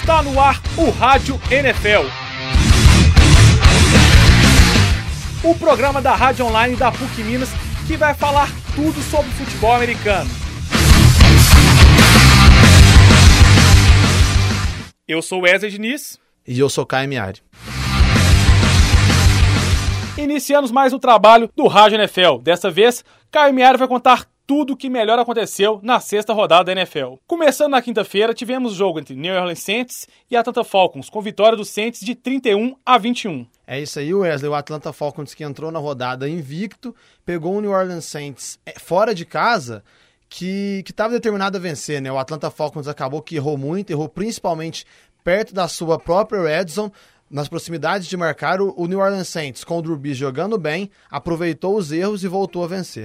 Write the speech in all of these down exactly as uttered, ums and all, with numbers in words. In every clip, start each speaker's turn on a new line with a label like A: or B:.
A: Está no ar o Rádio N F L. O programa da rádio online da P U C Minas que vai falar tudo sobre futebol americano. Eu sou Wesley Diniz.
B: E eu sou Caio Miari.
A: Iniciamos mais um trabalho do Rádio N F L. Dessa vez, Caio Miari vai contar tudo o que melhor aconteceu na sexta rodada da N F L. Começando na quinta-feira, tivemos o jogo entre New Orleans Saints e Atlanta Falcons, com vitória dos Saints de trinta e um a vinte e um.
B: É isso aí, Wesley. O Atlanta Falcons, que entrou na rodada invicto, pegou o New Orleans Saints fora de casa, que estava determinado a vencer, né? O Atlanta Falcons acabou que errou muito, errou principalmente perto da sua própria red zone, nas proximidades de marcar. O New Orleans Saints, com o Drew Brees jogando bem, aproveitou os erros e voltou a vencer.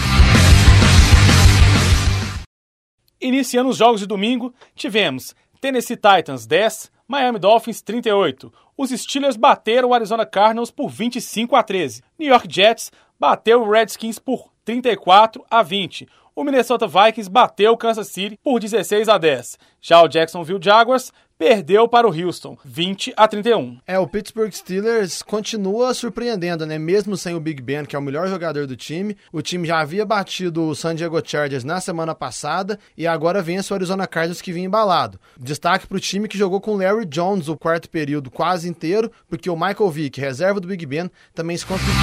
A: Iniciando os jogos de domingo, tivemos Tennessee Titans dez, Miami Dolphins trinta e oito. Os Steelers bateram o Arizona Cardinals por vinte e cinco a treze. New York Jets bateu o Redskins por trinta e quatro a vinte. O Minnesota Vikings bateu o Kansas City por dezesseis a dez. Já o Jacksonville Jaguars perdeu para o Houston, vinte a trinta e um.
B: É, o Pittsburgh Steelers continua surpreendendo, né? Mesmo sem o Big Ben, que é o melhor jogador do time. O time já havia batido o San Diego Chargers na semana passada e agora vence o Arizona Cardinals, que vinha embalado. Destaque para o time que jogou com Larry Jones o quarto período quase inteiro, porque o Michael Vick, reserva do Big Ben, também se contribuiu.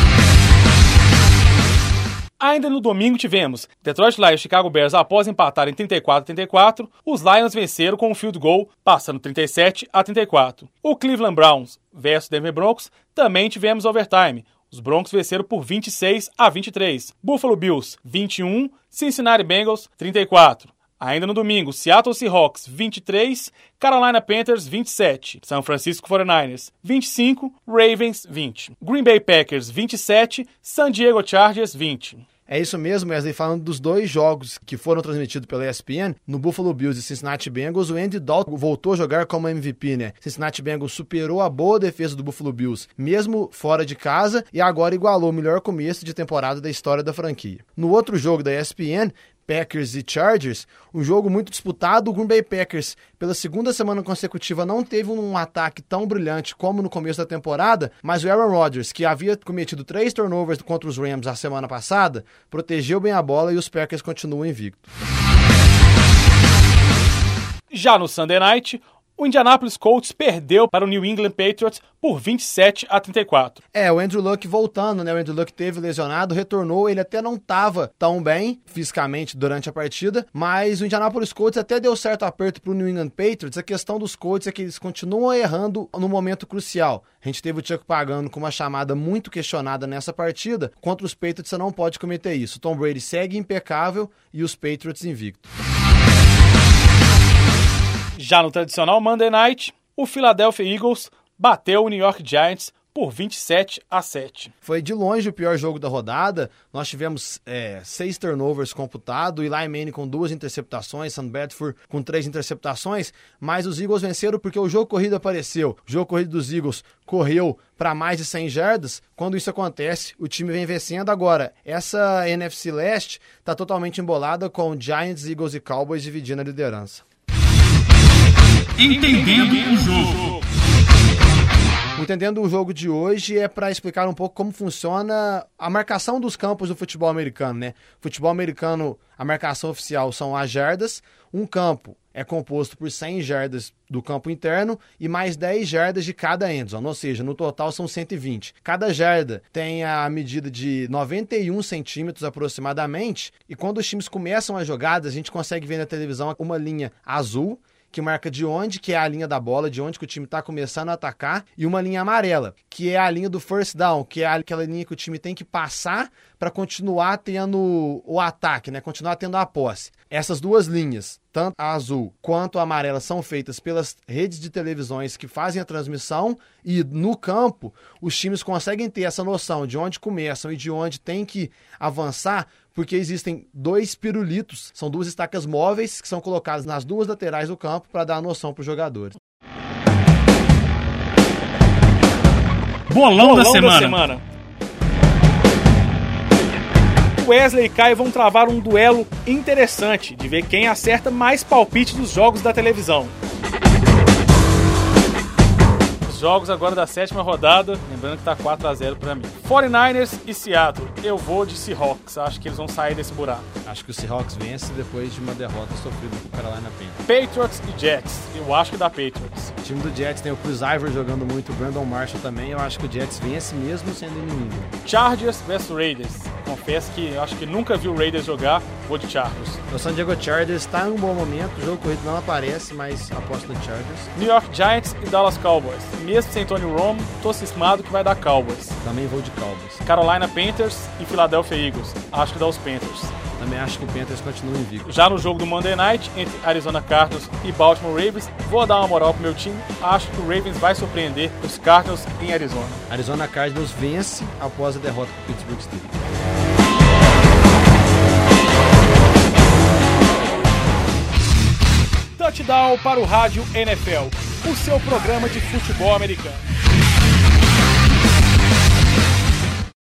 A: Ainda no domingo tivemos Detroit Lions e Chicago Bears após empatar em trinta e quatro a trinta e quatro. Os Lions venceram com um field goal, passando trinta e sete a trinta e quatro. O Cleveland Browns versus Denver Broncos também tivemos overtime. Os Broncos venceram por vinte e seis a vinte e três. Buffalo Bills vinte e um, Cincinnati Bengals trinta e quatro. Ainda no domingo, Seattle Seahawks vinte e três, Carolina Panthers vinte e sete, San Francisco forty-niners vinte e cinco, Ravens vinte, Green Bay Packers vinte e sete, San Diego Chargers vinte.
B: É isso mesmo, Wesley. Falando dos dois jogos que foram transmitidos pela E S P N, no Buffalo Bills e Cincinnati Bengals, o Andy Dalton voltou a jogar como M V P, né? Cincinnati Bengals superou a boa defesa do Buffalo Bills, mesmo fora de casa, e agora igualou o melhor começo de temporada da história da franquia. No outro jogo da E S P N, Packers e Chargers, um jogo muito disputado. O Green Bay Packers, pela segunda semana consecutiva, não teve um ataque tão brilhante como no começo da temporada, mas o Aaron Rodgers, que havia cometido três turnovers contra os Rams a semana passada, protegeu bem a bola e os Packers continuam invictos.
A: Já no Sunday Night, o Indianapolis Colts perdeu para o New England Patriots por vinte e sete a trinta e quatro.
B: É, o Andrew Luck voltando, né? O Andrew Luck teve lesionado, retornou, ele até não estava tão bem fisicamente durante a partida, mas o Indianapolis Colts até deu certo aperto para o New England Patriots. A questão dos Colts é que eles continuam errando no momento crucial. A gente teve o Chuck Pagano com uma chamada muito questionada nessa partida. Contra os Patriots você não pode cometer isso. O Tom Brady segue impecável e os Patriots invictos.
A: Já no tradicional Monday Night, o Philadelphia Eagles bateu o New York Giants por vinte e sete a sete.
B: Foi de longe o pior jogo da rodada. Nós tivemos é, seis turnovers computados, Eli Manning com duas interceptações, Sam Bradford com três interceptações, mas os Eagles venceram porque o jogo corrido apareceu. O jogo corrido dos Eagles correu para mais de cem jardas. Quando isso acontece, o time vem vencendo. Agora, essa N F C Leste está totalmente embolada com Giants, Eagles e Cowboys dividindo a liderança.
A: Entendendo o jogo.
B: Entendendo o jogo de hoje é para explicar um pouco como funciona a marcação dos campos do futebol americano, né? Futebol americano, a marcação oficial são as jardas. Um campo é composto por cem jardas do campo interno e mais dez jardas de cada endzone, ou seja, no total são cento e vinte. Cada jarda tem a medida de noventa e um centímetros aproximadamente, e quando os times começam as jogadas, a gente consegue ver na televisão uma linha azul, que marca de onde que é a linha da bola, de onde que o time está começando a atacar, e uma linha amarela, que é a linha do first down, que é aquela linha que o time tem que passar para continuar tendo o ataque, né? Continuar tendo a posse. Essas duas linhas, tanto a azul quanto a amarela, são feitas pelas redes de televisões que fazem a transmissão, e no campo os times conseguem ter essa noção de onde começam e de onde tem que avançar, porque existem dois pirulitos, são duas estacas móveis que são colocadas nas duas laterais do campo para dar a noção para os jogadores.
A: Bolão, Bolão da, semana. da semana. Wesley e Caio vão travar um duelo interessante de ver quem acerta mais palpite dos jogos da televisão. jogos agora da sétima rodada, lembrando que tá quatro a zero pra mim. quarenta e nine ers e Seattle, eu vou de Seahawks, acho que eles vão sair desse buraco.
B: Acho que o Seahawks vence depois de uma derrota sofrida com o Carolina Panthers.
A: Patriots e Jets, eu acho que dá Patriots.
B: O time do Jets tem o Chris Ivory jogando muito, o Brandon Marshall também, eu acho que o Jets vence mesmo sendo inimigo.
A: Chargers versus Raiders, confesso que eu acho que nunca vi o Raiders jogar, vou de Chargers.
B: O San Diego Chargers está em um bom momento, o jogo corrido não aparece, mas aposto no Chargers.
A: New York Giants e Dallas Cowboys, mesmo sem Tony Romo, tô cismado que vai dar Cowboys.
B: Também vou de Cowboys.
A: Carolina Panthers e Philadelphia Eagles, acho que dá os Panthers.
B: Também acho que o Panthers continua invicto.
A: Já no jogo do Monday Night, entre Arizona Cardinals e Baltimore Ravens, vou dar uma moral pro meu time. Acho que o Ravens vai surpreender os Cardinals em Arizona.
B: Arizona Cardinals vence após a derrota pro Pittsburgh Steelers.
A: Touchdown para o Rádio N F L, o seu programa de futebol americano.